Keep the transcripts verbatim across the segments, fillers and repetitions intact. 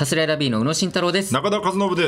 さすらいラビーの宇野慎太郎です。 中田和信です。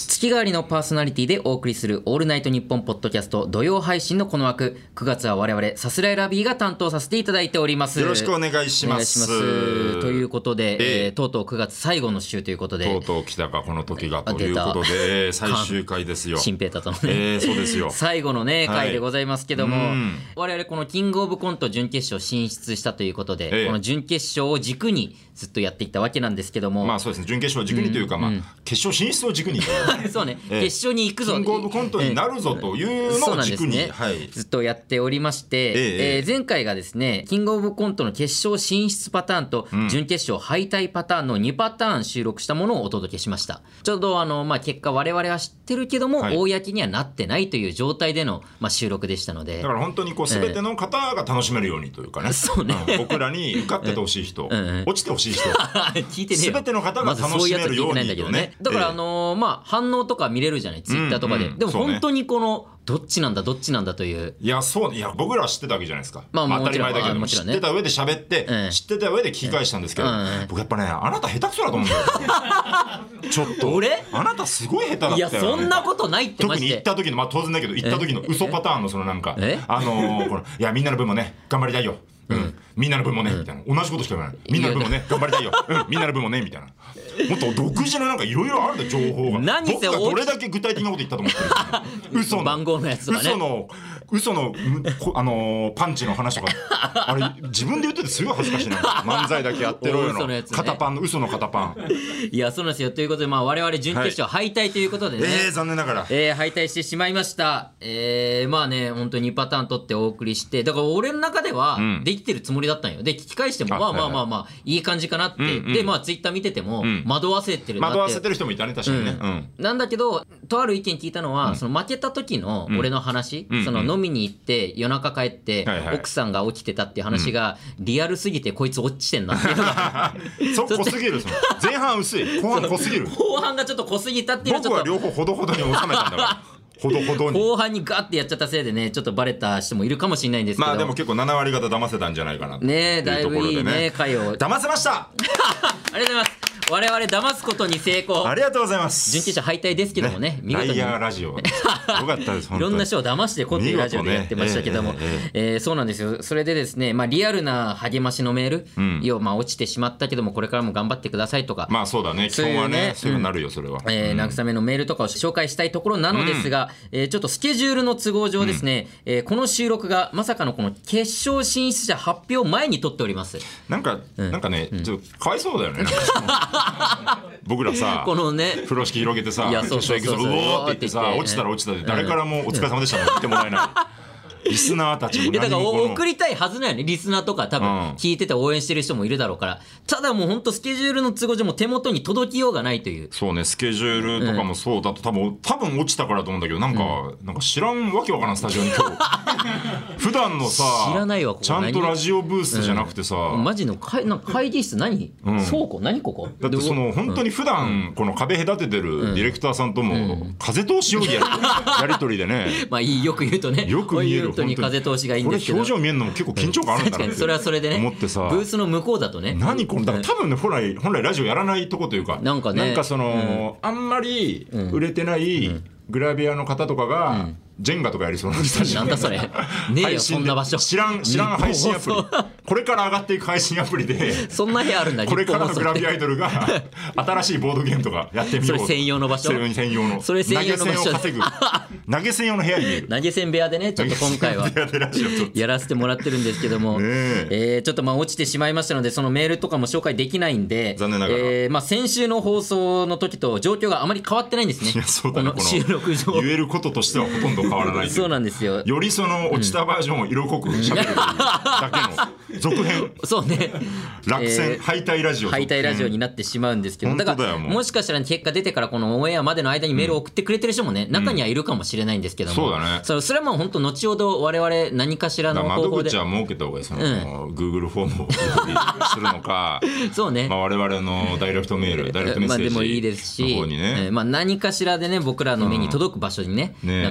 月替わりのパーソナリティでお送りするオールナイトニッポンポッドキャスト土曜配信のこの枠、くがつは我々さすらいラビーが担当させていただいております。 よろしくお願いします。 お願いしますということで、 えええー、とうとうくがつ最後の週ということで、 とうとう来たかこの時がということで、最終回ですよ。 新平太とのね、 えー、そうですよ最後のね回でございますけども、 はい、うん我々このキングオブコント準決勝進出したということで、 ええ、 この準決勝を軸にずっとやっていったわけなんですけども、 まあそうですね、準決勝を軸にというか、うんまあ、決勝進出を軸にそうね、 ええ、 決勝に行くぞ、 キングオブコントになるぞというのを軸に、 ええ、 はい、 ずっとやっておりまして、えええー、前回がですねキングオブコントの決勝進出パターンと準決勝敗退パターンのにパターン収録したものをお届けしました。ちょうどあの、まあ、結果我々は知ってるけども、はい、公にはなってないという状態での、まあ、収録でしたので、 だから本当にこう全ての方が楽しめるようにというかね、 そうね、 うん、僕らに受かっててほしい人、うん、落ちてほしい人聞いてねえよ、 全ての方が楽しめるようにとね。 だからあのー、まあ反応とか見れるじゃない、ツイッターとかで、うんうん、でも本当にこのどっちなんだどっちなんだという、 いやそういや僕らは知ってたわけじゃないですか、 まあ、 まあ、当たり前だけども、 もちろんね、 知ってた上で喋って、うん、知ってた上で聞き返したんですけど、うん、僕やっぱねあなた下手くそだと思うんだよちょっと俺あなたすごい下手だったよ。 いやそんなことないってマジで。 特に行った時の、まあ当然だけど行った時の嘘パターンのそのなんかあのー、このいやみんなの分もね頑張りたいよ、うん、みんなの分もね、うん、みたいな同じことしか言わない。みんなの分もね頑張りたいよ、うん、みんなの分もねみたいな、もっと独自のなんかいろいろあるんだ情報が。 何僕がどれだけ具体的なこと言ったと思ってる嘘の番号のやつとかね、 嘘の嘘のあのー、パンチの話とかあれ自分で言っててすごい恥ずかしいな漫才だけやってろよの肩パンの嘘の肩パンいやそうなんですよ。ということで、まあ、我々準決勝敗退ということでね、 はい、えー、残念ながら、 えー、敗退してしまいました。えー、まあね本当ににパターン取ってお送りして、だから俺の中ではできてるつもりだったんよ。で聞き返してもまあまあまあまあいい感じかなって、うんうん、でまあツイッター見てても、うん、惑わせてるなって、 惑わせてる人もいたね確かにね、 うんうん、なんだけどとある意見聞いたのは、うん、その負けた時の俺の話、うん、その飲みに行って夜中帰って、うん、奥さんが起きてたっていう話がリアルすぎてこいつ落ちてんなっていうのがそう濃すぎる、その前半薄い後半濃すぎる後半がちょっと濃すぎたっていうの僕は両方ほどほどに収めたんだからほどほどに後半にガッてやっちゃったせいでねちょっとバレた人もいるかもしれないんですけど、 まあでも結構ななわり方騙せたんじゃないかなってね、 いうところでね、 だいぶいいね回を騙せましたありがとうございます。我々騙すことに成功。 ありがとうございます。 準決勝敗退ですけどもね、ね見事にライヤーラジオよかったですいろんな人を騙してこっていうラジオでやってましたけども、ねえーえーえー、そうなんですよ。それでですね、まあ、リアルな励ましのメール、うん、要はまあ落ちてしまったけどもこれからも頑張ってくださいとか、 まあそうだね、基本はねそういうのなるよそれは、 うんえー、慰めのメールとかを紹介したいところなのですが、うんえー、ちょっとスケジュールの都合上ですね、うんえー、この収録がまさかのこの決勝進出者発表前に撮っております。 なんか、うん、なんかねちょっとかわいそうだよねなんか僕らさこのね風呂敷広げてさ決勝行くぞうおーって言ってさ落ちたら落ちたで誰からもお疲れ様でしたもん言ってもらえないリスナーたちもだから送りたいはずなんよね。リスナーとか多分聞いてて応援してる人もいるだろうから、うん、ただもうほんとスケジュールの都合上も手元に届きようがないという。 そうね、スケジュールとかもそうだと多分多分落ちたからと思うんだけどなんか、うん、なんか知らんわけわからんスタジオに今日普段のさ知らないわここちゃんとラジオブースじゃなくてさ、 うん、マジの会なんか会議室何、うん、倉庫何ここだってその本当に普段この壁隔ててるディレクターさんとも風通しようやり、やり取りでねまあいいよく言うとねよく見える本当に風通しがいいんですけど、 これ表情見えるのも結構緊張感あるんだなってそれはそれでね思ってさブースの向こうだとね何これだから多分ね本来本来ラジオやらないとこというかなんかねなんかその、うん、あんまり売れてないグラビアの方とかが、うんジェンガとかやりそうなスタジオなんだそれねえよそんな場所知らん知らん配信アプリこれから上がっていく配信アプリでそんな部屋あるんだこれからのグラビアアイドルが新しいボードゲームとかやってみようそれ専用の場所それ専用のそれ専用の場所投げ銭を稼ぐ投げ銭用の部屋にいる投げ銭部屋でねちょっと今回はやらせてもらってるんですけども、ねえー、ちょっとまあ落ちてしまいましたのでそのメールとかも紹介できないんで残念ながら、 えーまあ、先週の放送の時と状況があまり変わってないんですね。 いやそうだね、 この収録上言えることとしてはほとんど変わらないそうなんですよ。 よりその落ちたバージョンを色濃く喋るだけの続編そうね落選、えー、敗退ラジオ敗退ラジオになってしまうんですけど、うん、だからもしかしたら結果出てからこのオンエアまでの間にメールを送ってくれてる人もね、うん、中にはいるかもしれないんですけども、 そうだね、 それそれはもう本当後ほど我々何かしらの方法で窓口は設けた方がいいその、うん、Google フォームをするのかそうね、 まあ、我々のダイレクトメールダイレクトメッセージまあでもいいですし、 の方にね、 えーまあ、何かしらでね僕らの目に届く場所にね、うん、なんか送っても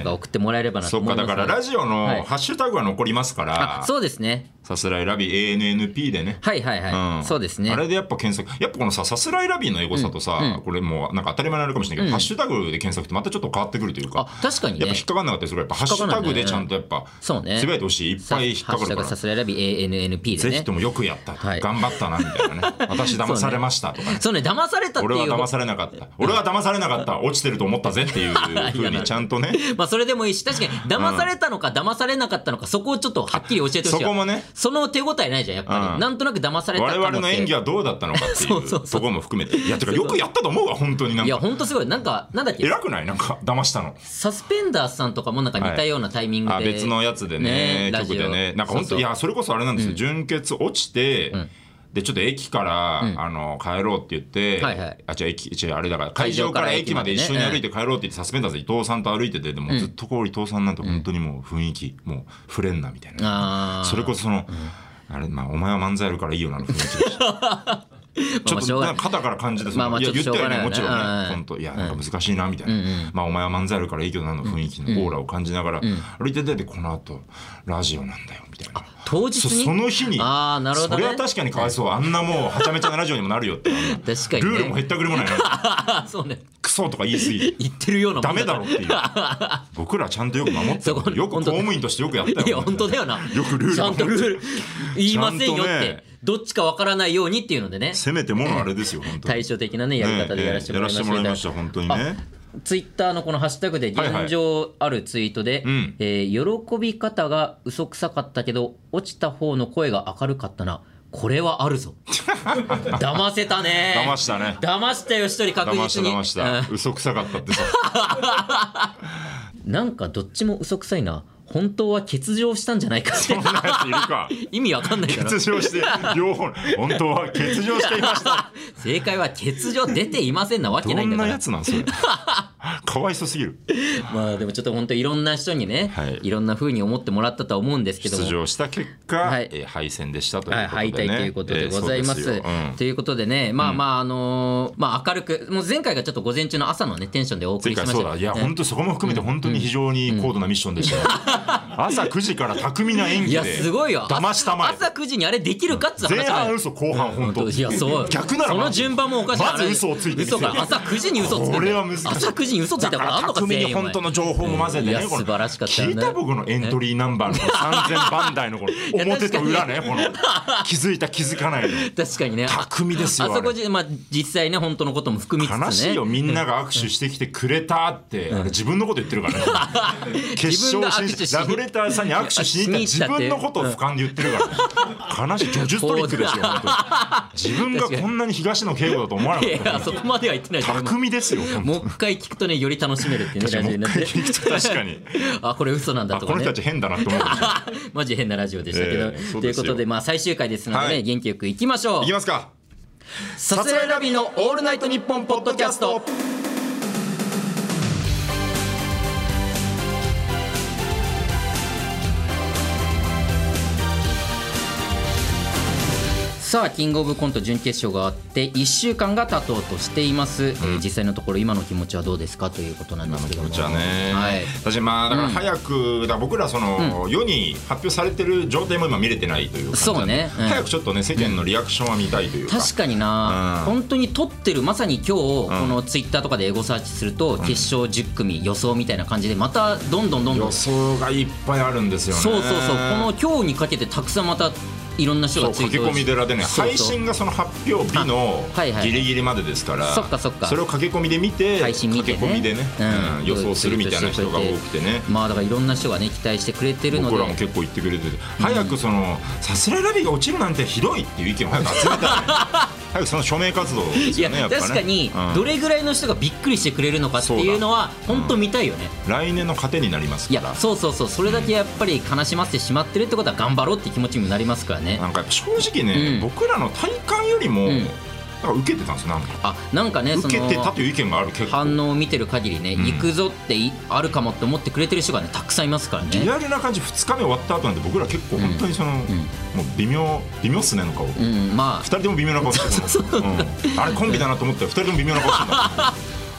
もらえればなと思います。 そっか、だからラジオのハッシュタグは残りますから、 はい、あそうですね、 さすらいラビ エーエヌエヌピー でね、 はいはいはい、うん、そうですね。 あれでやっぱ検索、やっぱこのささすらいラビのエゴさとさ、うんうん、これもうなんか当たり前になるかもしれないけど、うん、ハッシュタグで検索ってまたちょっと変わってくるというか、 あ確かにね、 やっぱ引っかかんなかったりするから、やっぱハッシュタグでちゃんとやっぱそうね、 つぶやいてほしい、いっぱい引っかかるから、 さすらいラビ エーエヌエヌピー でね、 ぜひともよくやった、はい、頑張ったなみたいなね私騙されましたとか、ね、 そうね、騙されたっていう、 俺は騙されなかった俺は騙されなかった落ちてると思ったぜっていう風にちゃんとねまあそれでもいいし、確かに騙されたのか騙されなかったのか、そこをちょっとはっきり教えてほしい。 そこもね、 その手応えないじゃんやっぱり、うん、なんとなく騙されたかもって、 我々の演技はどうだったのかっていうそうそうそう、そこも含めて、いやてかよくやったと思うわ本当に。なんかいや本当すごい、なんかなんだっけ、 偉くない？なんか騙したの。 サスペンダースさんとかもなんか似たようなタイミングで、はい、 あ別のやつでね、ね曲でね、なんか本当いやそれこそあれなんですよ、うん、純潔落ちて、うん、でちょっと駅から、うん、あの帰ろうって言って、はいはい、あ違う駅違うあれだから会場から駅まで一緒に歩いて帰ろうって言って、サスペンダーズ伊藤さんと歩いてて、でもずっとこう伊藤さんなんて本当にもう雰囲気、うん、もう触れんなみたいな、それこそその、うん、あれまあお前は漫才やるからいいよなの雰囲気でしたちょっと肩から感じて、まあまあいや言ったよね、もちろんね、本当いやなんか難しいなみたいな、うんうん、まあお前は漫才やるからいいけどなの雰囲気のオーラを感じながら歩いてて、でこの後ラジオなんだよみたいな。 当日にそ, その日に、 あなるほど、ね、 それは確かにかわいそう、あんなもうはちゃめちゃなラジオにもなるよって確かに、ね、 ルールもへったくれもないなそう、ね、クソとか言い過ぎ言ってるようなダメだろっていう僕らちゃんとよく守ってる、よく公務員としてよくやったよ。 いや本当だよな、 よくルールちゃんとルール言いませんよって、ね、どっちかわからないようにっていうのでね、 せめてものあれですよ本当に対照的なねやり方でやらせてもらいました、ねえー、やらせてもらいました本当にね。 ツイッターのこのハッシュタグで現状あるツイートで、はいはい、えー、喜び方が嘘くさかったけど落ちた方の声が明るかったな、これはあるぞ騙せたね騙したね騙したよ一人確実に騙した騙した、うん、嘘くさかったってさなんかどっちも嘘くさいな、本当は欠場したんじゃないかってそんなやついるか意味わかんないから欠場して両方本当は欠場していました正解は欠場出ていませんなわけないんだから。 どんなやつなんそれかわいそすぎるまあでもちょっと本当いろんな人にね、はい、いろんな風に思ってもらったとは思うんですけども、 出場した結果、はいえー、敗戦でしたということで、ね、 敗退ということでございます、えーうん、ということでね、まあまああのー、まあ明るく、もう前回がちょっと午前中の朝のねテンションでお送りしましたけど、 そうだ、いや本当そこも含めて本当に非常に高度なミッションでしたよ、うんうん、朝くじから巧みな演技で騙したまえ、 朝くじにあれできるかっつう話、 前半嘘後半本当、うん、いやそう逆ならその順番もおかしい、 まず嘘をついて嘘から朝くじに嘘ついて、 これは難しい、 朝くじに嘘ついたからあんのか巧みに本当の情報も混ぜてね、 いや素晴らしかったよね。 聞いた僕のエントリーナンバーのさんぜんばん台のこの表と裏ね、この気づいた気づかないの確かにね、 巧みですよあそこで、まあ、実際ね本当のことも含みつつね、 悲しいよ、みんなが握手してきてくれたって、うん、あれ自分のこと言ってるからね決勝進出ラブレターさんに握手しに行った自分のことを俯瞰で言ってるから、ね、悲しい、叙述トリックですよ本当に自分がこんなに東野圭吾だと思わなかった、 いやそこまでは言ってない、 巧みですよもう一回聞くとねより楽しめるっていうねラジオになって、 確かにあこれ嘘なんだとかね、 この人たち変だなって思うマジ変なラジオでしたけど、えー、ということでまあ最終回ですので、ね、はい、元気よくいきましょう。 いきますか。 さすらいラビのオールナイトニッポンポッドキャスト。さあキングオブコント準決勝があっていっしゅうかんが経とうとしています、うん、えー、実際のところ今の気持ちはどうですかということなんですけども、 今の気持ちはね、はい、私まあだから早く、うん、だ僕らその、うん、世に発表されてる状態も今見れてないという感じなんで、そうね、うん、早くちょっとね世間のリアクションは見たいというか、 確かにな、うん、本当に撮ってるまさに今日、このツイッターとかでエゴサーチすると、うん、決勝じゅっくみ予想みたいな感じでまたどんどんどんどん予想がいっぱいあるんですよね。 そうそうそう、この今日にかけてたくさんまたいろんな人がツイート駆け込み寺でね、そうそう配信がその発表日のギリギリまでですから、 そっかそっか、 それを駆け込みで見て、 配信見てね、 駆け込みでね、うん、予想するみたいな人が多くてね、 まあだからいろんな人がね期待してくれてるので、 僕らも結構言ってくれてて、早くそのさすらいラビが落ちるなんてひどいっていう意見を早く集めたい早くその署名活動ですよね。 いや確かにどれぐらいの人がびっくりしてくれるのかっていうのは本当見たいよね、 うん、来年の糧になりますから。 いやそうそうそう、それだけやっぱり悲しませてしまってるってことは頑張ろうって気持ちにもなりますからね。 なんかやっぱ正直ね、うん、僕らの体感よりも、うん、なんか受けてたんですよ。なんかあなんかね、 受けてたという意見がある。結構反応を見てる限りね、うん、行くぞってあるかもって思ってくれてる人がねたくさんいますからね。 リアルな感じふつかめ終わった後なんで僕ら結構本当にその、うんうん、もう微妙微妙っすねの顔、うん、まあふたりとも微妙な顔してる、うん、あれコンビだなと思ったらふたりとも微妙な顔してるんだ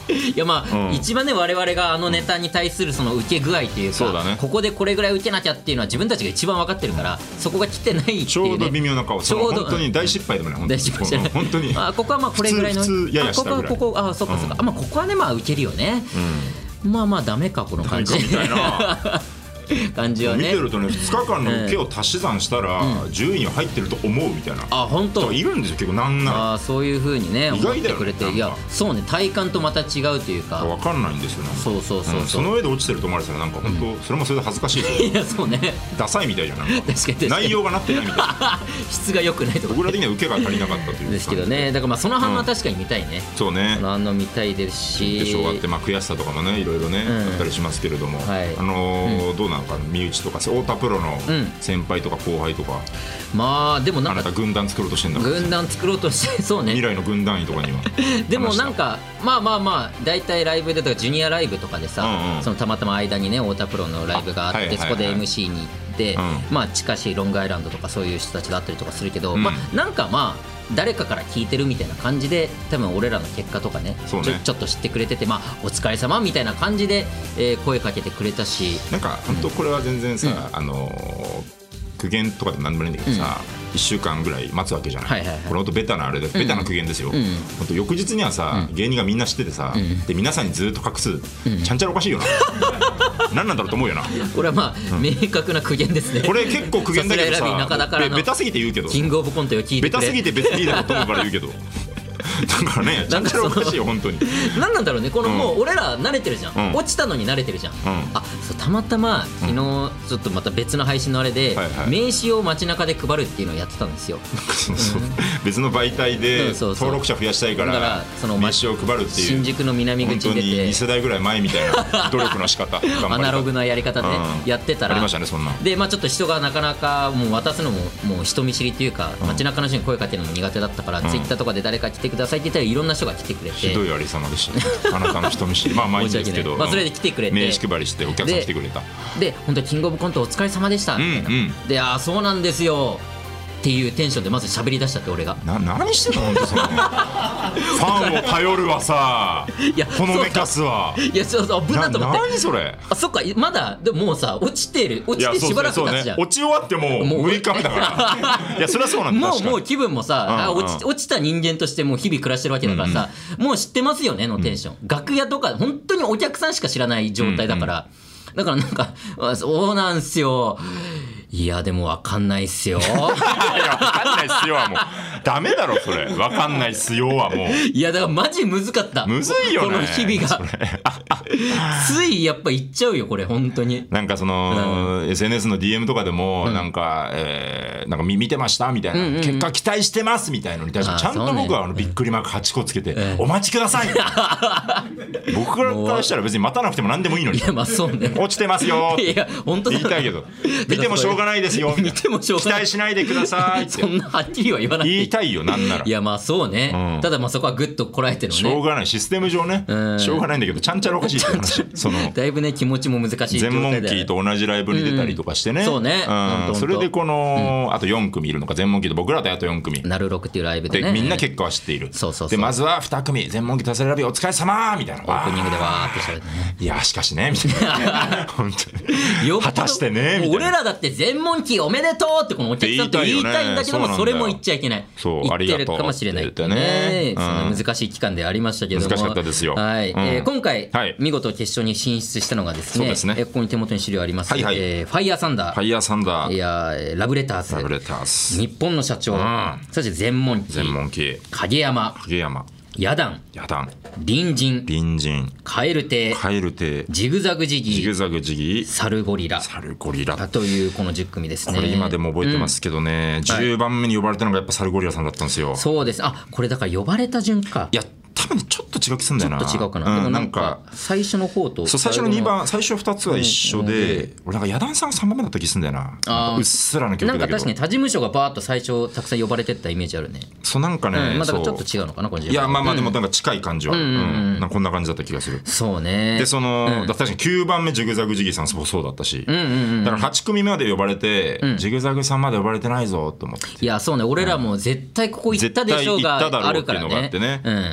いやまあ、 うん一番ね我々があのネタに対するその受け具合っていうか、 そうだねここでこれぐらい受けなきゃっていうのは自分たちが一番分かってるから、そこが来てないっていう、ね、 ちょうど微妙な顔、 ちょうど本当に大失敗でもね、 大失敗じゃない本当にあここはまあこれぐらいの普通普通やや下ぐらいあここはここあそっかそっか、 うんあまあここはねまあ受けるよね、まあまあダメかこの感じみたいな感じはね見てるとね、ふつかかんの受けを足し算したらじゅういには入ってると思うみたいな、 あ本当いるんですよ結構。なんならあそういう風にね思っ意外だよねてくれて、 なんかいやそうね体感とまた違うというか、 分かんないんですよ。なんかそうそうそうそう、 んその上で落ちてると思われてたらなんか本当それもそれで恥ずかしいけどいやそうねダサいみたいじゃん。なんか確かに確かに内容がなってないみたいな質が良くないとか僕ら的には受けが足りなかったというですけどね、だからまあその反応は確かに見たいね、 そうねその反応見たいですし、 決勝終わってまあ悔しさとかもねいろいろねうんあったりしますけれども、 はいあのーどうなのかな、身内とか太田プロのうん先輩とか後輩とか、 まあでもなんかあなた軍団作ろうとしてんだから軍団作ろうとしてそうね未来の軍団員とかにはでもなんかまあまあまあ大体ライブでとかジュニアライブとかでさ、 うんうんそのたまたま間にね太田プロのライブがあって、 あはいはいはいそこで エムシー に行って、 うんまあ近しいロングアイランドとかそういう人たちだったりとかするけど、 うんまあなんかまあ誰かから聞いてるみたいな感じで多分俺らの結果とかねそうねちょちょっと知ってくれてて、まあお疲れ様みたいな感じで、えー声かけてくれたし、 なんか本当これは全然さ、あのー苦言とかでも何でもないんだけどさ、いっしゅうかんぐらい待つわけじゃない、 はいはいはいこれ本当ベタなあれでベタな苦言ですよ、 ん本当翌日にはさ、芸人がみんな知っててさ、で皆さんにずっと隠す、ちゃんちゃらおかしいよな何なんだろうと思うよな。 これはまあ、明確な苦言ですね。 これ結構苦言だけどさすが選び中田からのさベベタすぎて言うけどキングオブコントを聞いてベくれタすぎて別にいいだろうと思うから言うけどだからねちゃんちゃらおかしいよ本当に。 何なんだろうねこの、もう俺ら慣れてるじゃん、 うん落ちたのに慣れてるじゃん、 んあそうたまたま昨日ちょっとまた別の配信のあれで、 はいはい名刺を街中で配るっていうのをやってたんですよ。 そうそう別の媒体うでんそうそう登録者増やしたいかだかららその名刺を配るっていう新宿の南本当に口に出てに世代ぐらい前みたいな努力の仕方頑張り方アナログなやり方でねうんやってたら、 ありましたねそんなんでまあちょっと人がなかなかもう渡すのももう人見知りっていうか、街中の人に声かけるのも苦手だったから、ツイッターとかで誰か来てくださいって言ったらいろんな人が来てくれて、 ひどいありさまでしたねあなたの人見知りまあまあいいんですけど、 申し訳ないまあそれで来てくれて名刺配りしてお客さん来てくれた。 で本当にキングオブコントお疲れ様でしたみたいな、 うんうんでああそうなんですよっていうテンションでまず喋り出しちゃって俺がな何してんの本当そのファンを頼るわさいやほのめかすわいやそうそう危ななと思って何それ。 あそっかまだでももうさ落ちてる落ちてしばらく経つじゃん、 落ち終わってもうもうむいかめだからいやそれはそうなんだもう確かにもう気分もさ、 うんあ落ち落ちた人間としてもう日々暮らしてるわけだからさ、もう知ってますよねのテンション、楽屋とか本当にお客さんしか知らない状態だから、だからなんかあそうなんすよいやでも分かんないっすよいやわかんないっすよはもうダメだろそれわかんないっすよはもういやだからマジむずかったむずいよねこの日々がついやっぱ言っちゃうよこれ本当になんかその、エスエヌエス の ディーエム とかでもなんか、えーなんか見見てましたみたいな、 うんうんうん結果期待してますみたいのに対してあーちゃんとそうね僕はあのびっくりマークはちこつけて、 んお待ちください僕からしたら別に待たなくても何でもいいのにいやまあそうね落ちてますよいや本当だ言いたいけど見てもしょうがないですよみたいな見てもしょうがない期待しないでくださいってそんなはっきりは言わない言いたいよなんならいやまあそうね、 うんただまあそこはグッとこらえてのねしょうがないシステム上ね、 うんしょうがないんだけどちゃんちゃらおかしいって話そのだいぶね気持ちも難しい状全モ態でンキーと同じライブに出たりとかしてね、 うんそうねほんとほんとそれでこの、あとよん組いるのか全モンキーと僕らとあとよん組なるろくっていうライブでねでみんな結果は知っている、 そうそうそうでまずはに組全問記達成ラビお疲れ様みたいなオープニングでわーって喋ってねいやしかしねみたいな本当によっぽど果たしてねみたいな俺らだって全問期おめでとうってこのお客さんと言いたいんだけども、 って言いたいよねそれも言っちゃいけないそう言ってるありがとうかもしれないって言ってねそんな難しい期間でありましたけども難しかったですよはい、 うんえー今回、 はい見事決勝に進出したのがですねそうですねえーここに手元に資料あります、 はいはいえーファイヤーサンダー、 ファイヤーサンダーいやーラブレターズラブレターズ日本の社長、 んそして全問期全問記影山影山ヤダンヤダン隣人隣人カエル亭カエル亭ジグザグジギジグザグジギサルゴリラサルゴリラというこのじゅっ組ですね。 これ今でも覚えてますけどね、じゅうばんめに呼ばれたのがやっぱサルゴリラさんだったんですよ。 そうです。あ、これだから呼ばれた順か。 いや多分ちょっと違う気するんだよな。 ちょっと違うかな。でもんなんか最初の方とそう最初のにばん最初ふたつは一緒うんで、俺なんかヤダンさんがさんばんめだった気するんだよな。なんあーかうっすらの記憶だけど。 なんか確かに他事務所がバーッと最初たくさん呼ばれてったイメージあるね。 そうなんかね、 うん、まあだからちょっそうと違うのかなこのいやまあまあでもうんなんか近い感じは、うんうんうんうんなんかこんな感じだった気がする。 そうね。 でその、だから確かにきゅうばんめジグザグジギーさんそうそうだったし、 うんうんうん。 だからはち組目まで呼ばれて、ジグザグさんまで呼ばれてないぞと思って。 いやそうね。俺らも絶対ここ行ったでしょう絶対行っただがあるろうっていうのからね。 があってね、 うんできゅうばん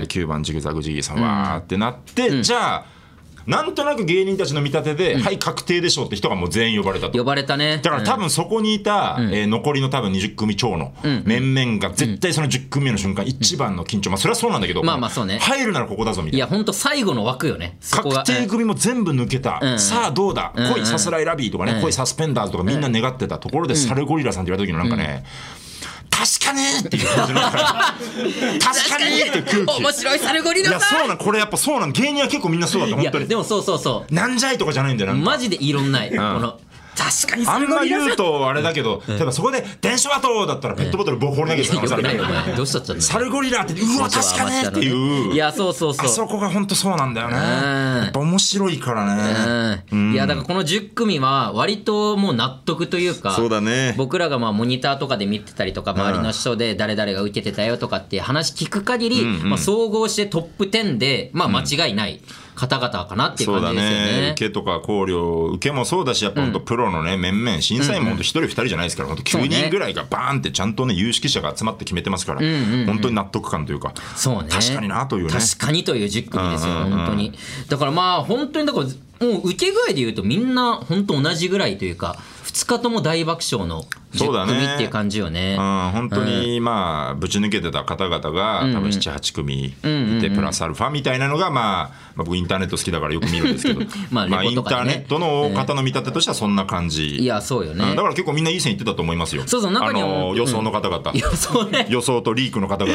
ンチグザグジギーさんわーってなって、うん、じゃあなんとなく芸人たちの見立てで、うん、はい確定でしょって人がもう全員呼ばれたと。 呼ばれたね。 だから多分そこにいた、うんえー、残りの多分にじゅっ組超の面々が絶対そのじゅっ組目の瞬間、うん、一番の緊張、まあそれはそうなんだけど、 まあまあそうね、 入るならここだぞみたいな。 いや本当最後の枠よね。そこが確定組も全部抜けた、うん、さあどうだ、うん、恋さすらいラビーとかね、うん、恋サスペンダーズとかみんな願ってたところで、うん、サルゴリラさんって言われた時のなんかね、うん、確かねーっていう感じの確かにーっていう空気。 面白いサルゴリラさん。 いやそうなんこれやっぱそうなん芸人は結構みんなそうだった本当に。 いやでもそうそうそうなんじゃいとかじゃないんだよなんかマジで異論ない、うん、この確かにサルゴリラさんあんま言うとあれだけど、例えばそこで電車バトだったらペットボトルボコ放り投げてたからさ、 どうしたっちゃったサルゴリラってうわ確かねっていう。 いやそうそうそう、 あそこが本当そうなんだよね。やっぱ面白いからね。 いやだからこのじゅっ組は割ともう納得というか、 そうだね、 僕らがまあモニターとかで見てたりとか周りの人で誰々が受けてたよとかって話聞く限り、まあ総合してトップじゅうでまあ間違いない方々かなっていう感じですよね。 そうだね、受けとか考慮受けもそうだし、やっぱ本当プロのね面々審査員も本当一人二人じゃないですから、本当きゅうにんぐらいがバーンってちゃんとね有識者が集まって決めてますから、本当に納得感というか、 そうね、 確かになというね、 確かにというじゅっ組ですよ本当に。だからまあ本当にだからもう受け具合で言うとみんな本当同じぐらいというか、ふつかとも大爆笑のじゅっ組っていう感じよね。 うん、本当にまあぶち抜けてた方々が多分ななはち組いてプラスアルファみたいなのが、まあまあ僕インターネット好きだからよく見るんですけどまあインターネットの方の見立てとしてはそんな感じ。 いやそうよね、 だから結構みんないい線いってたと思いますよ。 そうそう、中にはあの予想の方々、 予想ね、 予想とリークの方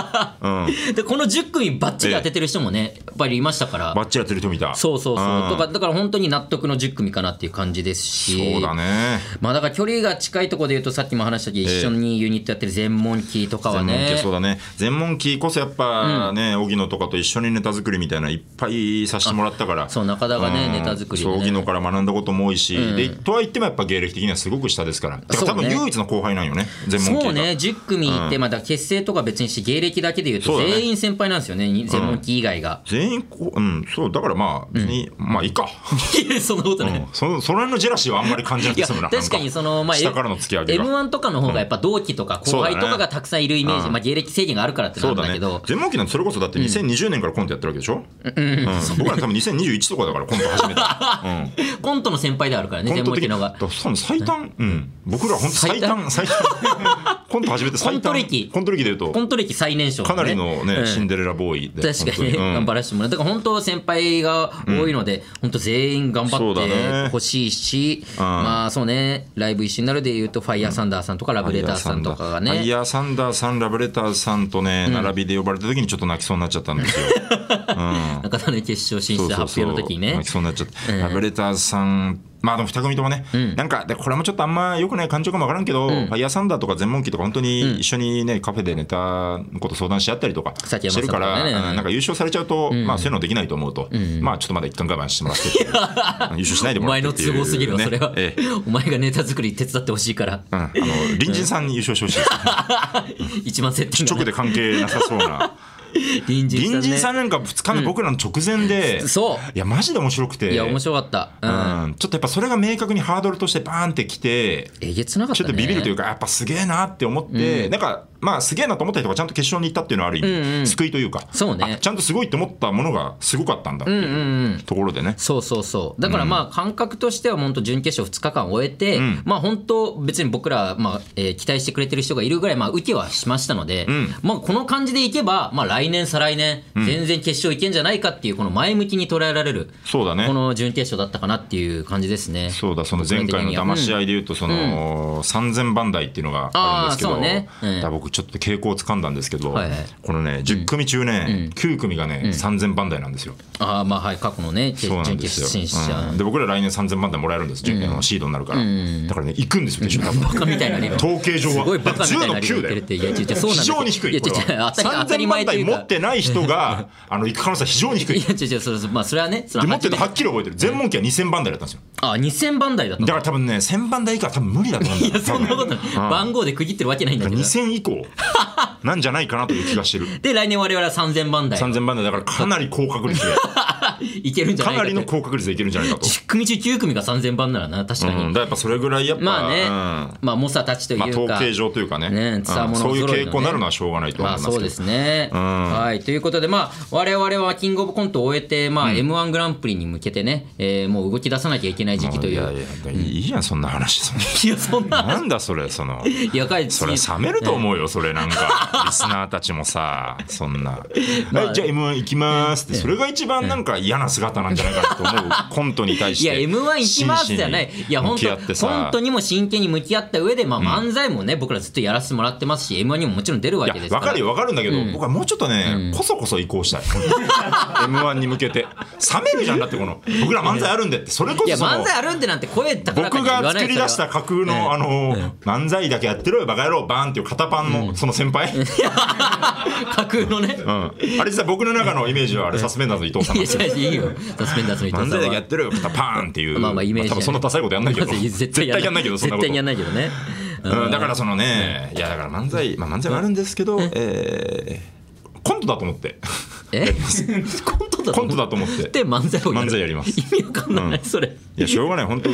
々 でこのじゅっ組バッチリ当ててる人もねやっぱりいましたから。 バッチリ当てる人見た。 そうそうそう、とかだから本当に納得のじゅっ組かなっていう感じですし。 そうだね、 まあだから距離が近いところで言うとさっきも話したけど、一緒にユニットやってる全問キーとかはね、 全問キーそうだね、全問キーこそやっぱね、荻野とかと一緒にネタ作りみたいなのいっぱいさせてもらったから。 そう中田がね、ネタ作りでね、 荻野から学んだことも多いし、でとはいってもやっぱ芸歴的にはすごく下ですから、だから多分唯一の後輩なんよね全問キーが。そうね、 じゅっ組ってまだ結成とか別にして芸歴だけで言うと全員先輩なんですよね、全問キー以外が全員こう、うん、そうだからまあ別にまあいいかそんなことない、 そのその辺のジェラシーはあんまり感じなくて済むな。 確かにそのまあ下からの突き上げがエムワン とかの方がやっぱ同期とか後輩とかがたくさんいるイメージ、まあ芸歴制限があるからってなんだけど、 全問キーなんてそれこそだってにせんにじゅうねんからコントやってるわけでしょ。僕ら多分にせんにじゅういちとかだからコント始めたコントの先輩であるからね、全問キーのが最短、僕ら本当最短最短コント始めて最短、コント歴コント歴でいうとコント歴最年少かなりのねシンデレラボーイで確かに頑張らせてもらう。だから本当先輩が多いので本当全員頑張ってほしいし、まあそうね、ライブ一緒になるでいうとファイヤーサンダーさんとかラブレターさんとかがね、 ファイヤーサンダーさんラブレターさんとね並びで呼ばれた時にちょっと泣きそうになっちゃったんですよ。 中田ね決勝進出発表の時にね泣きそうになっちゃって、ラブレターさんまあでもに組ともね、うん、なんかでこれもちょっとあんま良くない感情かもわからんけど、うん、ファイヤーサンダーとか全問記とか本当に一緒にね、うん、カフェでネタのこと相談し合ったりとかしてるから、ね、なんか優勝されちゃうと、うん、まあそういうのできないと思うと、うん、まあちょっとまだ一貫我慢してもらって優勝しないでもらってっていう、ね、 お前の都合すぎるわそれは、ええ、お前がネタ作り手伝ってほしいから、 うん、あの隣人さんに優勝してほしいです、 うん、一番接点が、ね、 直で関係なさそうな隣人さんね、 隣人さんなんかふつかめ僕らの直前で、うん、そういやマジで面白くて、 いや面白かった、 うんうん、ちょっとやっぱそれが明確にハードルとしてバーンってきてえげつなかったね、 ちょっとビビるというかやっぱすげえなって思って、うん、なんかまあすげえなと思った人がちゃんと決勝に行ったっていうのはある意味、うんうん、救いというか、 そうね、 ちゃんとすごいって思ったものがすごかったんだっていうところでね、うんうんうん、 そうそうそうだからまあ感覚としては本当準決勝ふつかかん終えて、うん、まあ本当別に僕ら、まあえー、期待してくれてる人がいるぐらいまあ受けはしましたので、うん、まあこの感じでいけば、まあ、来年再来年全然決勝いけんじゃないかっていうこの前向きに捉えられる、 そうだね、 この準決勝だったかなっていう感じですね。 そうだ、その前回の騙し合いでいうとその、うん、さんぜんばん台っていうのがあるんですけど、ね、うん、だ僕ちょっと傾向をつかんだんですけど、はいはい、このねじゅっ組中ね、うん、きゅう組がね、うん、さんぜんばん台なんですよ。 ああまあはい、過去のね準決勝進出者、 うん、で僕ら来年さんぜんばん台もらえるんです、うん、のシードになるから、うん、だからね行くんですよ、 うん、バカみたいなね統計上はすごいバカみたいなじゅうのきゅうだよ。 いや非常に低い、これはさんぜんばん台持ってない人があの行く可能性は非常に低い。 いや違う違う、それ、まあ、それはねそれ持ってるのはっきり覚えてる。全問記はにせんばん台だったんですよ。 あにせんばん台だったの。 だから多分ねせんばん台以下は多分無理だと思うんだよ。 いやそんなことない、番号で区切ってるわけないんだけど、 にせん以降なんじゃないかなという気がしてる。 で来年我々はさんぜんばん台さんぜんばん台だからかなり高確率でいけるんじゃないかかなりの高確率でいけるんじゃないかと。 じゅっ組中きゅう組がさんぜんばんならな、確かに、 うん、だやっぱそれぐらいやっぱまあね、 うん、 まあ猛者たちというか、 まあ、統計上というかね、 ねつわものそういう揃いのね傾向になるのはしょうがないと思いますけど、 まあそうですね、 うん、 はいということで、まあ我々はキングオブコントを終えて、まあ、エムワン グランプリに向けてね、えー、もう動き出さなきゃいけない時期という。 いやいやいいじゃんそんな話。そんいやそんななんだそれ、そのいやかいそれ冷めると思うよ、それなんかリスナーたちもさ、そんな、まあ、はいじゃあ エムワン 行きますって、それが一番なんか嫌な姿なんじゃないかなと思うコントに対して。 いや エムワン 行きますじゃない、いや本当本当にも真剣に向き合った上で、まあ、漫才もね、うん、僕らずっとやらせてもらってますし エムワン にももちろん出るわけですから。 分かるよ分かるんだけど、 うん、 僕はもうちょっとね、うん、こそこそ移行したいエムワン に向けて。冷めるじゃん、だってこの僕ら漫才あるんでって、それこそいや漫才あるんでなんて声高らかに言わない。 僕が作り出した架空の、あのー、漫才だけやってろよバカ野郎バーンっていう肩パンのその先輩、うん、 架空のね、 うん、あれ実は僕の中のイメージはあれサスペンダーズの伊藤さんなんですよ。 いやいいよサスペンダーズの伊藤さんは漫才だけやってろよ肩パーンっていう、 まあまあイメージ、ね、 まあ、多分そんなダサいことやんないけど絶対やんないけど、そんなこと絶対やんないけどね、 うん、だからそのね、いやだから漫才、まあ、漫才はあるんですけど、えー、コントだと思ってえコントだとコントだと思ってで漫才をやる。 漫才やります。 意味わかんない、うん、それ。 いやしょうがない本当、うん、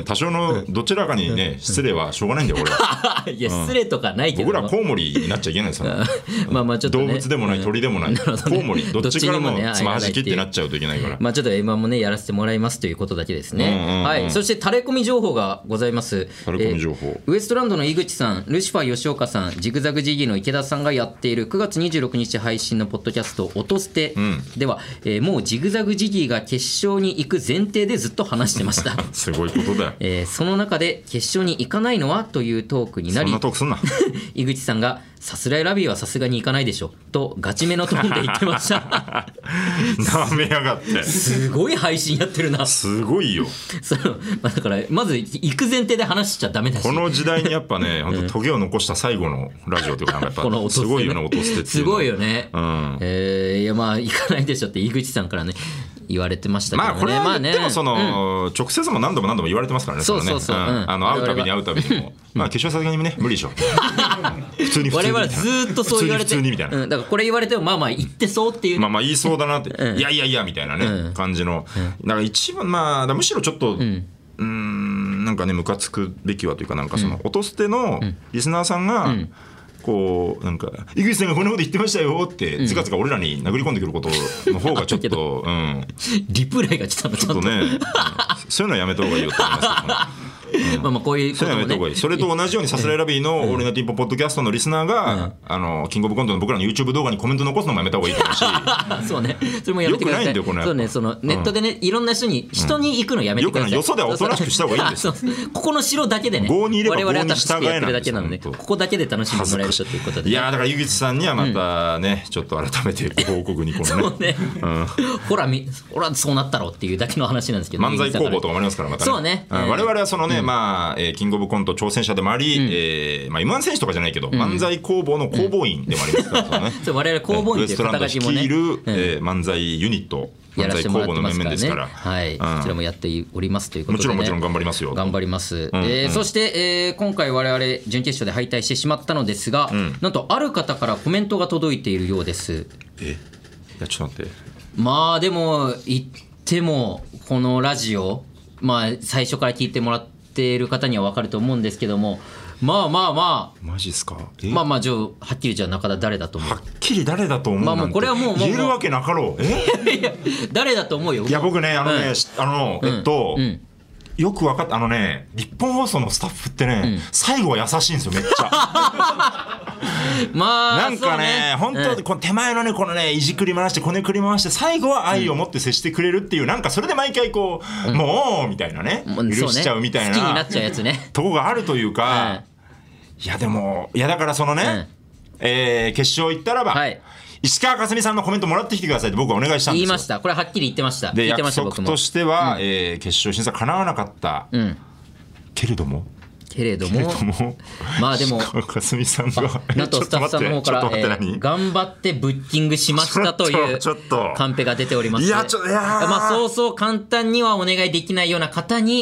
多少のどちらかにね失礼はしょうがないんだよ俺は。 いや失礼とかないけど、 僕らコウモリになっちゃいけないですから。 まあまあちょっと、ね、 動物でもない鳥でもない、コウモリどっちからもつまはじきってなっちゃうといけないから。 まあちょっと今もねやらせてもらいますということだけですね、うんうんうん、はい。そしてタレコミ情報がございます。 タレコミ情報、えー、ウエストランドの井口さん、ルシファー吉岡さん、ジグザグジギーの池田さんがやっているくがつにじゅうろくにち配信のポッドキャスト音捨てでは、うん、えー、もうジグザグジギーが決勝に行く前提でずっと話してましたすごいことだよ、 えー、その中で決勝に行かないのはというトークになり、 そんなトークすんな井口さんがさすらいラビーはさすがに行かないでしょとガチめのトーンで言ってましたなめやがってすごい配信やってるな。 すごいよその、まあ、だからまず行く前提で話しちゃダメだし、 この時代にやっぱね本当トゲを残した最後のラジオというかやっぱこのすごいよね音捨てっていうの。 すごいよね、 うん、 えー、いやまあ行かないでしょって井口さんからね言われてましたけどね。 まあこれは言ってもその、 うん、 直接も何度も何度も言われてますからね。 そうそうそう、 うん、あの会うたびに会うたびにもまあ決勝さすがにね無理でしょ普通に普通に我々ずっとそう言われて普通にみたいな、 うん、だからこれ言われてもまあまあ言ってそうっていう、 まあまあ言いそうだなって、 うん、 いやいやいやみたいなね、うん、感じの、うん、だから一番まあむしろちょっと、うん、うーんなんかねムカつくべきはというかなんかその、うん、音捨てのリスナーさんが、うんこうなんか井口さんがこんなこと言ってましたよってつかつか俺らに殴り込んでくることの方がちょっと、うん、 リプライが来たのちょっとね、うん、 そういうのはやめた方がいいよと思いますうん、まあまあこういうこともね、 それと同じようにさすらいラビーのオールナイトニッポンポッドキャストのリスナーが、うん、あのキングオブコントの僕らの YouTube 動画にコメント残すのもやめた方がいいと思うしそうねそれもやめてください。よくないんだよこのそうねそのネットでね、うん、いろんな人に人に行くのやめてください、うん、 よくないよそではおとなしくした方がいいんですよここの城だけでね郷にいれば我々は楽しくやってるだけなのでここだけで楽しんでもらえるということで、ね、 いやだから井口さんにはまたね、うん、ちょっと改めてご報告にこのねそうね、うん、ほらみほらそうなったろうっていうだけの話なんですけど、 漫才工房とかもありますからまたねそうね、 うん、我々はそのね、うん、まあ、えーキングオブコント挑戦者でもあり、うんえーまあ、エムワン 選手とかじゃないけど、うん、漫才工房の工房員でもありますから、ね、 そう我々工房員という肩書きもね、 ウエストランド率いる、うんえー、漫才ユニット漫才工房の面々ですから、 はい、うん、こちらもやっておりますということで、ね、 もちろんもちろん頑張りますよ頑張ります、うんうんえー、そして、えー、今回我々準決勝で敗退してしまったのですが、うん、なんとある方からコメントが届いているようです。 えいやちょっと待ってまあでも言ってもこのラジオまあ最初から聞いてもらっている方には分かると思うんですけどもまあまあまあマジっすかまあまあじゃあはっきりじゃあ中田誰だと思うはっきり誰だと思うまあもうこれはもう言えるわけなかろうえいや誰だと思うよいや僕ねあのね、うん、あのえっと、うんうんよく分かったあのね日本放送のスタッフってね、うん、最後は優しいんですよめっちゃまあなんかね本当、うん、この手前のねこのねいじくり回してこねくり回して最後は愛を持って接してくれるっていう、うん、なんかそれで毎回こう、うん、もうみたいなね許しちゃうみたいな、 ね、好きになっちゃうやつねとこがあるというか、うん、いやでもいやだからそのね、うんえー、決勝行ったらば、はい石川佳純さんのコメントもらってきてくださいって僕はお願いしたんですよ。 言いましたこれはっきり言ってましたで言ってました約束としては、うんえー、決勝審査叶わなかった、うん、けれどもけれどもまあでも石川佳純さんがなんとスタッフさんの方から、えー、頑張ってブッキングしましたというカンペが出ております。 いやちょいやまあそうそう簡単にはお願いできないような方に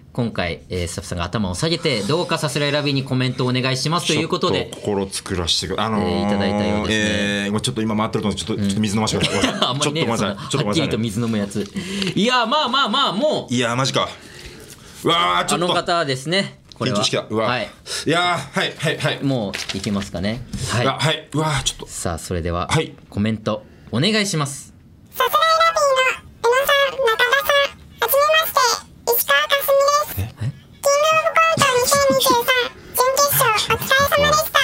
今回、えー、スタッフさんが頭を下げてどうかさすらいラビーにコメントをお願いしますということで心作らしてください、あのーえー、いただいたようですね、 えー、ちょっと今回ってると思うんでちょっと、うん、ちょっと水飲ませてくださいあんまりね、 ちょっとごめんなさい、ちょっとごめんなさい、 はっきりと水飲むやつ。いやまあまあまあもういやマジか、うわーちょっとあの方ですね、これはうわ、はい、いやはいはいはい、 もういきますかね。はい、 はい、うわちょっとさあそれでは、 はい、 コメントお願いします。 さすらいラビーの宇野さん、中田さん、はじめまして、石川佳純です。キングオブコントにせんにじゅうさん準決勝お疲れ様でした。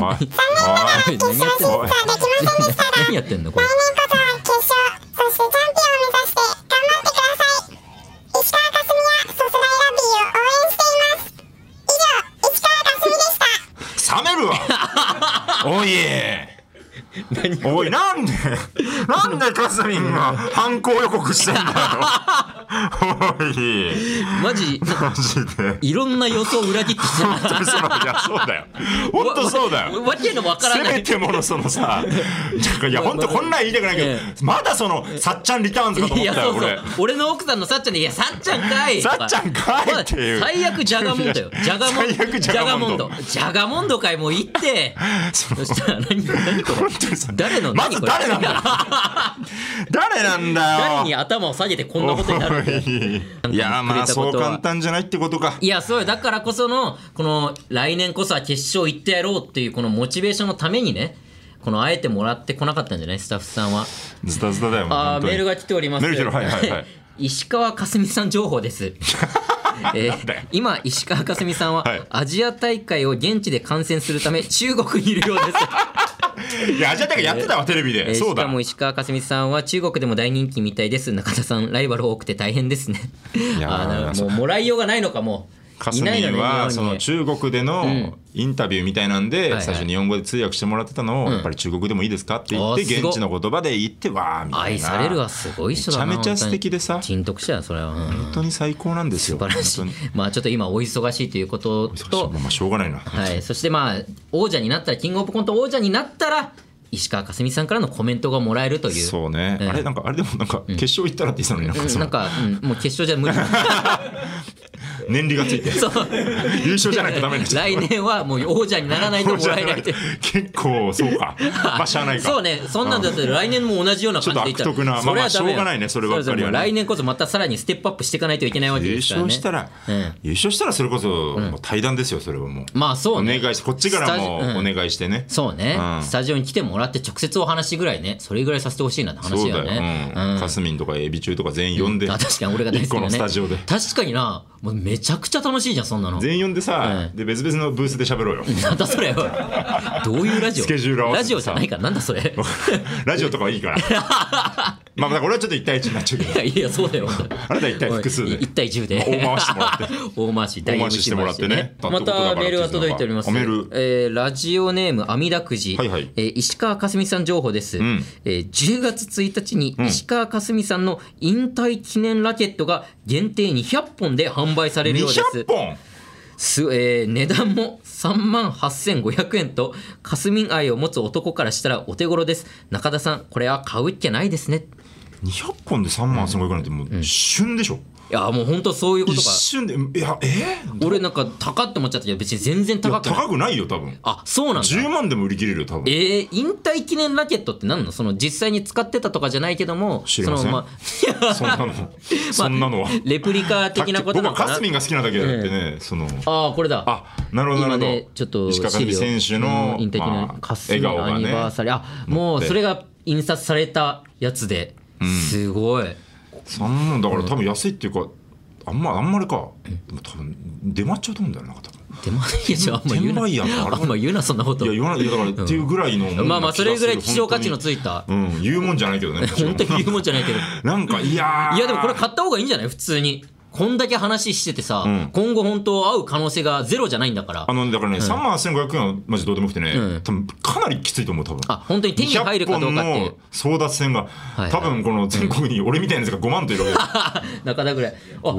残念ながら決勝進出はできませんでしたが、 何やってんのこれ。 来年こそは決勝、そしてチャンピオンを目指して頑張ってください。石川佳純やさすらいラビーを応援しています。以上、石川佳純でした。 冷めるわおいおい、なんでなんでかすみんが犯行予告してんだよおいマジマジでいろんな予想を裏切ってきた本当にそういやそうだよ本当そうだよわけのわからないせめてものそのさいや本当こんなん言いたくないけど、ええ、まだそのさっちゃんリターンズかと思ったよ。 そうそう、俺の奥さんのさっちゃんで、いやさっちゃんかいさっちゃんかいっていう、 最悪ジャガモンドよ、ジャガモンド、ジャガモンドジャガモンドかい、もういってそしたら何何これ誰のまず誰なんだよ誰なんだよ、 誰に頭を下げてこんなことになるんだよいやまあそう簡単じゃないってことか。 いやそうよ、だからこそのこの来年こそは決勝行ってやろうっていうこのモチベーションのためにね、このあえてもらってこなかったんじゃない、スタッフさんは。 ズタズタだよ。 あメールが来ております。 メール来てる、はいはいはい石川佳純さん情報ですえー、今石川佳純さんはアジア大会を現地で観戦するため中国にいるようですいやアジア大会やってたわ、えー、テレビで、 えー、 そうだ。 しかも石川佳純さんは中国でも大人気みたいです。中田さんライバル多くて大変ですねいやあもうもらいようがないのかも。 かすみんはその中国でのインタビューみたいなんで最初日本語で通訳してもらってたのをやっぱり中国でもいいですかって言って現地の言葉で言ってわーみたいな。 愛されるわ、すごい人だな。 めちゃめちゃ素敵でさ、 人徳者やそれは、うん、 本当に最高なんですよ。 素晴らしい。まあちょっと今お忙しいということと、 まあしょうがないな。 はい。そしてまあ王者になったらキングオブコント王者になったら石川佳純さんからのコメントがもらえるという。 そうね、うん、あれなんかあれでもなんか決勝行ったらって言ってたのになんか、 うん、なんか、うん、もう決勝じゃ無理年利がついてそう優勝じゃないとダメになっちゃう。 来年はもう王者にならないともらえないって結構そうかまあしゃあないか。 そうね、そんなんだったら来年も同じような感じでいったらちょっと悪徳な、まあまあしょうがないね、そればっかりはね。 来年こそまたさらにステップアップしていかないといけないわけですからね。 優勝したら、うん、優勝したらそれこそもう対談ですよ、それはもう。 まあそうね、 お願いしこっちからもお願いしてね、 うん、そうね、うん、スタジオに来てもらって直接お話ぐらいね、それぐらいさせてほしいなって話だよね。 かすみんとかエビ中とか全員呼んで、 うん、あ確かに俺が大好きなね、 いっこのスタジオで確かにな、もうめちゃくちゃ楽しいじゃんそんなの。 全員呼んでさ、うん、で別々のブースで喋ろうよ。 なんだそれどういうラジオ、 スケジュール合わせてさ、 ラジオじゃないか、なんだそれラジオとかはいいからまあだから俺はちょっといち対いちになっちゃうけど、いやいやそうだよあなたいち対複数でいち対じゅうで大回してもらって大回し大回ししてもらってね。 またメールが届いております。メール、えー、ラジオネームあみだくじ、はいはい、えー、石川佳純さん情報です、うん、えー、じゅうがつついたちに石川佳純さんの引退記念ラケットが限定にひゃっぽんで販売されるようです。 にひゃっぽんす、えー、値段もさんまんはっせんごひゃくえんとかすみん愛を持つ男からしたらお手頃です。中田さんこれは買うっきゃないですね。 にひゃっぽんでさんまんはっせんごひゃくえんなんてもう一瞬でしょ、うん、 いやもう本当そういうことか。 一瞬で、いやえー、 俺なんか高って思っちゃったけど別に全然高くない。 高くないよ多分。 あそうなんだ。 じゅうまんでも売り切れるよ多分。 えー、引退記念ラケットって何の、その実際に使ってたとかじゃないけども、 知りません、その、まあ、そんなのそんなのは、まあ、 レプリカ的なことなのかな。 僕はかすみんが好きなだけであってね、えー、そのああこれだ。 あなるほどなるほど。 今ねちょっと石川佳純選手の引退記念かすみんアニバーサリー、あもうそれが印刷されたやつで、うん、すごい。 さんまんだから多分安いっていうか、あんまあんまりか、でも多分出回っちゃうと思うんだよな、なんか多分出回りやあんま言うな、あんま言うなそんなこと。 いや言わない、いやだからっていうぐらいの、 うん、まあまあそれぐらい希少価値のついた、 うん、言うもんじゃないけどね本当に言うもんじゃないけどなんかいやいやでもこれ買った方がいいんじゃない普通に。こんだけ話しててさ、うん、今後本当会う可能性がゼロじゃないんだから。 あのだからね、うん、さんまんはっせんごひゃくえんはマジどうでもよくてね、うん、多分かなりきついと思う多分。 あ本当に手に入るかどうかっていう。 争奪戦が、はいはい、多分この全国に俺みたいなやつがごまんといるわけ中田ぐらい。あごまん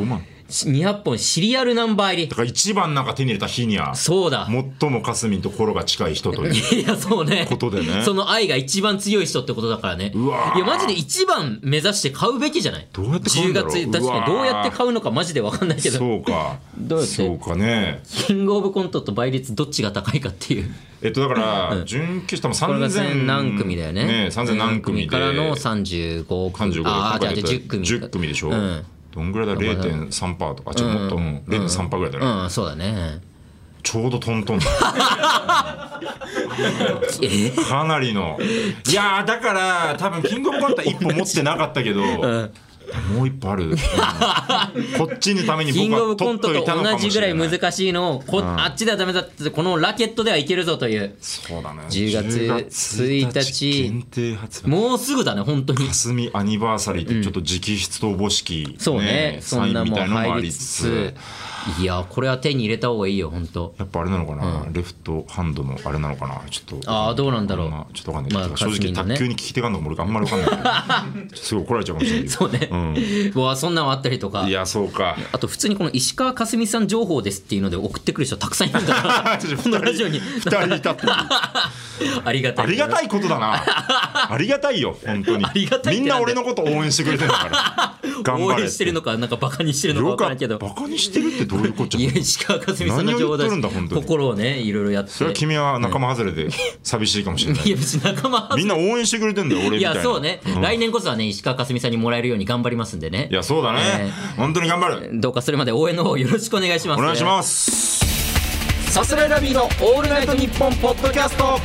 にひゃっぽんシリアルナンバー入りだから一番なんか手に入れた日にはそうだ最もかすみんと心が近い人といういやそうねことでねその愛が一番強い人ってことだからね。 うわーいやマジで一番目指して買うべきじゃない。 どうやって買うんだろうじゅうがつ確かにどうやって買うのかマジで分かんないけどそうかどうやってそうかねキングオブコントと倍率どっちが高いかっていうえっとだから準決勝多分これがさんぜん何組だよねねさんぜん何組でからのさんじゅうご組さんじゅうごああじゃあでじゅっ組じゅっ組でしょ、 うんどんぐらいだ れいてんさんパーセント とかちょっともっと、うん、れいてんさんパーセント ぐらいだね、 うん、うん、そうだねちょうどトントンだえかなりのいやーだから多分キングオブコントは一歩持ってなかったけど、うんもう一歩ある、うん、こっちのためにキングオ僕は取っブコントとといたのか同じぐらもしれないい難しいのをこ、うん、あっちではダメだってこのラケットではいけるぞというそうだねじゅうがつついたち限定発売もうすぐだね本当にかすみアニバーサリーってちょっと直筆とおぼしき、ねうん、そうねそんなもんサインみたいのもあ入りりつつついやこれは手に入れた方がいいよ本当やっぱあれなのかな、 うん、 レフトハンドのあれなのかなちょっとああどうなんだろうちょっとわかんないけど、 まあ正直卓球に聞き手があるのかも俺あんまりわかんないけどすごい怒られちゃうかもしれないけどそうね、うん、わそんなのあったりとかいやそうかあと普通にこの石川佳純さん情報ですっていうので送ってくる人たくさんいるんだからこのラジオにふたりいたってありがたいありがたいことだなありがたいよ本当にありがたいみんな俺のこと応援してくれてるんだから頑張れ応援してるのかなんかバカにしてるのか分からんけどバカにしてるってどういうことじゃいや石川佳純さんの情報だし心をねいろいろやってそれは君は仲間外れで寂しいかもしれないいや別に仲間外れみんな応援してくれてんだよ俺みたいないやそうね、うん、来年こそはね石川佳純さんにもらえるように頑張りますんでねいやそうだね、えー、本当に頑張るどうかそれまで応援の方よろしくお願いします、 お願いします。 さすらいラビーのオールナイトニッポンポッドキャスト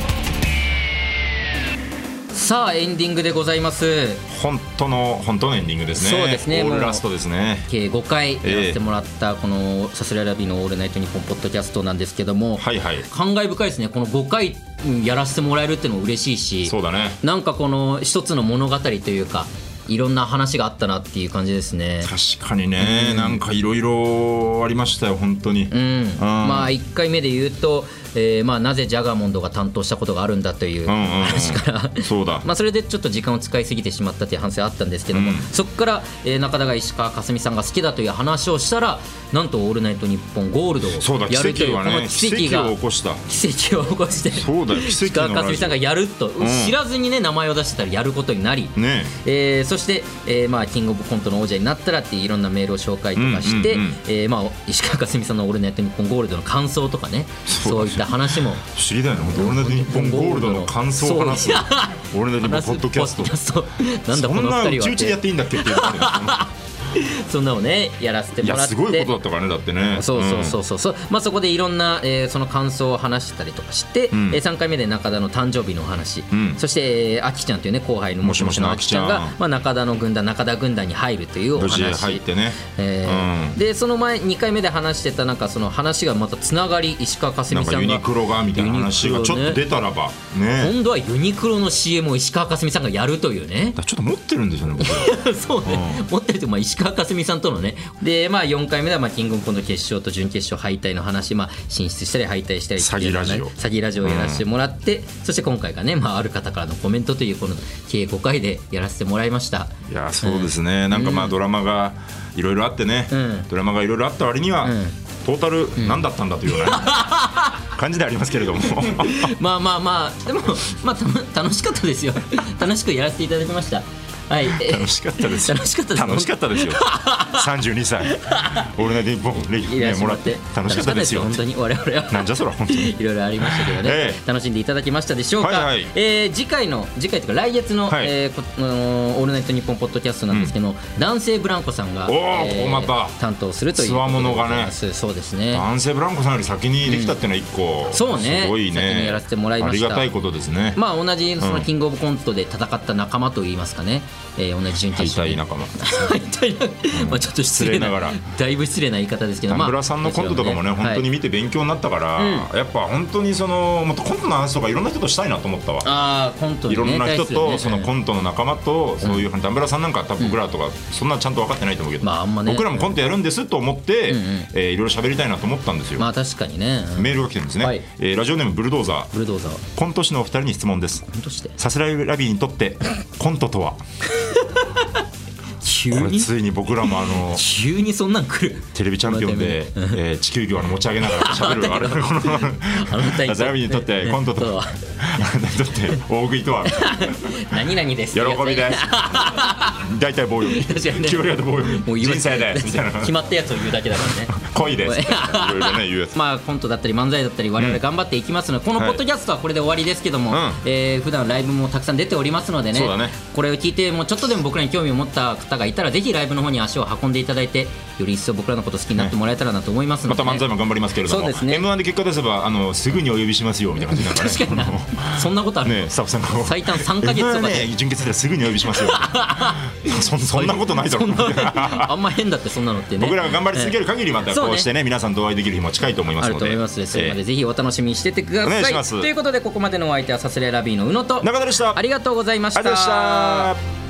さあエンディングでございます。 本当の本当のエンディングですね。 そうですねオールラストですね。 計ごかいやらせてもらったこのさすらいラビーのオールナイトニッポンポッドキャストなんですけども、 はいはい、 感慨深いですね。このごかいやらせてもらえるっていうのも嬉しいし、 そうだね、 なんかこの一つの物語というかいろんな話があったなっていう感じですね。 確かにね、うん、なんかいろいろありましたよ本当に、 うんうん、まあいっかいめで言うと、えー、まあなぜジャガーモンドが担当したことがあるんだという話から、うんうんうん、 そうだまあそれでちょっと時間を使いすぎてしまったという反省はあったんですけども、うん、そこから、えー、中田が石川佳純さんが好きだという話をしたらなんとオールナイトニッポンゴールドをやるというこの奇跡が奇跡を起こした奇跡を起こしてそうだよ石川佳純さんがやると、うん、知らずにね名前を出してたらやることになり、ねえー、そして、えーまあ、キングオブコントの王者になったらっていういろんなメールを紹介とかして、うんうんうんえーまあ、石川佳純さんのオールナイトニッポンゴールドの感想とかねそういった話も不思議だよね。オールナイトニッポンゴールドの感想を話すオールナイトニッポンポッドキャストなんだこのふたりはそんなうちうちでやっていいんだっけっていうそんなのねやらせてもらっていやすごいことだったからねだってねそうそうそうそうそう、うんまあ、そこでいろんな、えー、その感想を話したりとかして、うんえー、さんかいめで中田の誕生日のお話、うん、そして、えー、あきちゃんというね後輩のもしもしのあきちゃんがまあ、中田の軍団中田軍団に入るというお話無事入ってね、 えーうん、でその前にかいめで話してたなんかその話がまたつながり石川佳純さんがユニクロがみたいな話がちょっと出たらば、ね、 今度はユニクロの シーエム を石川佳純さんがやるというねちょっと持ってるんですよね僕そうね、うん、持ってるというか、まあ、石川佳純さんとのねで、まあ、よんかいめではまあキングオブコント決勝と準決勝敗退の話、まあ、進出したり敗退したり詐欺ラジオ詐欺ラジオをやらせてもらって、うん、そして今回がね、まあ、ある方からのコメントというこの計ごかいでやらせてもらいました。 いやそうですね、うん、なんかまあドラマがいろいろあってね、うん、ドラマがいろいろあった割には、うん、トータル何だったんだというような、ねうん、感じでありますけれどもまあまあまあでも、まあ、楽しかったですよ楽しくやらせていただきました。はい、 楽しかったです楽しかったです楽しかったですよさんじゅうにさいオールナイトニッポンレギ、ね、もらって楽しかったですよ本当に我々はなんじゃそら本当にいろいろありましたけどね、えー、楽しんでいただけましたでしょうか、はいはいえー、次回の次回というか来月の、はいえー、このオールナイトニッポンポッドキャストなんですけど、うん、男性ブランコさんが、 えー、また担当するというつわものがねそうですね男性ブランコさんより先にできたっていうのは一個、 うん、そうねすごいね先にやらせてもらいましたありがたいことですね。 まあ同じそのキングオブコントで戦った仲間といいますかね、えー、同じ準決勝敗退仲間敗退仲間、まあちょっと失礼ながらだいぶ失礼な言い方ですけど、 ダンブラさんのコントとかもね、まあ、本当に見て勉強になったから、はい、やっぱ本当にそのもっとコントの話とかいろんな人としたいなと思ったわ。 あコント、ね、 いろんな人とそのコントの仲間とそういう、うん、ダンブラさんなんか多分僕らとかそんなちゃんと分かってないと思うけど、まああんまね、僕らもコントやるんですと思って、うんうんえー、いろいろ喋りたいなと思ったんですよ。 まあ確かにね、 うん、メールが来てるんですね、はいえー、ラジオネームブルドーザーブルドーザーコント師のお二人に質問です。さすらいラビーにとってコントとは急についに僕らもあの急にそんなん来るテレビチャンピオンで、えー、地球儀を持ち上げながら喋るあれこのザヤミにとってコントとあなたにとって大食いとは何々です喜びです大体棒読みきゅう割方棒読み人生ですみたいな決まったやつを言うだけだからね恋ですいろいろね言うやつまあコントだったり漫才だったり我々頑張っていきますので、うん、このポッドキャストはこれで終わりですけども、はいえー、普段ライブもたくさん出ておりますので ね, そうだねこれを聞いてもうちょっとでも僕らに興味を持った方がいたらぜひライブの方に足を運んでいただいてより一層僕らのこと好きになってもらえたらなと思いますので、ね、 また漫才も頑張りますけれども、そうですね、エムワン で結果出せばあのすぐにお呼びしますよみたいな感じになる確かになそんなことある、 ね、スタッフさんが最短さんかげつとかで、 ね、準決ですぐにお呼びしますよそ, そんなことないだろうあんま変だってそんなのってね僕らが頑張り続ける限りまたこうしてね、ね皆さんとお会いできる日も近いと思いますのであると思いますのでそれまでぜひお楽しみにしててください、 お願いします。 ということでここまでのお相手はサスレラビーの宇野と中田でした。 ありがとうございました。 ありがとうございました。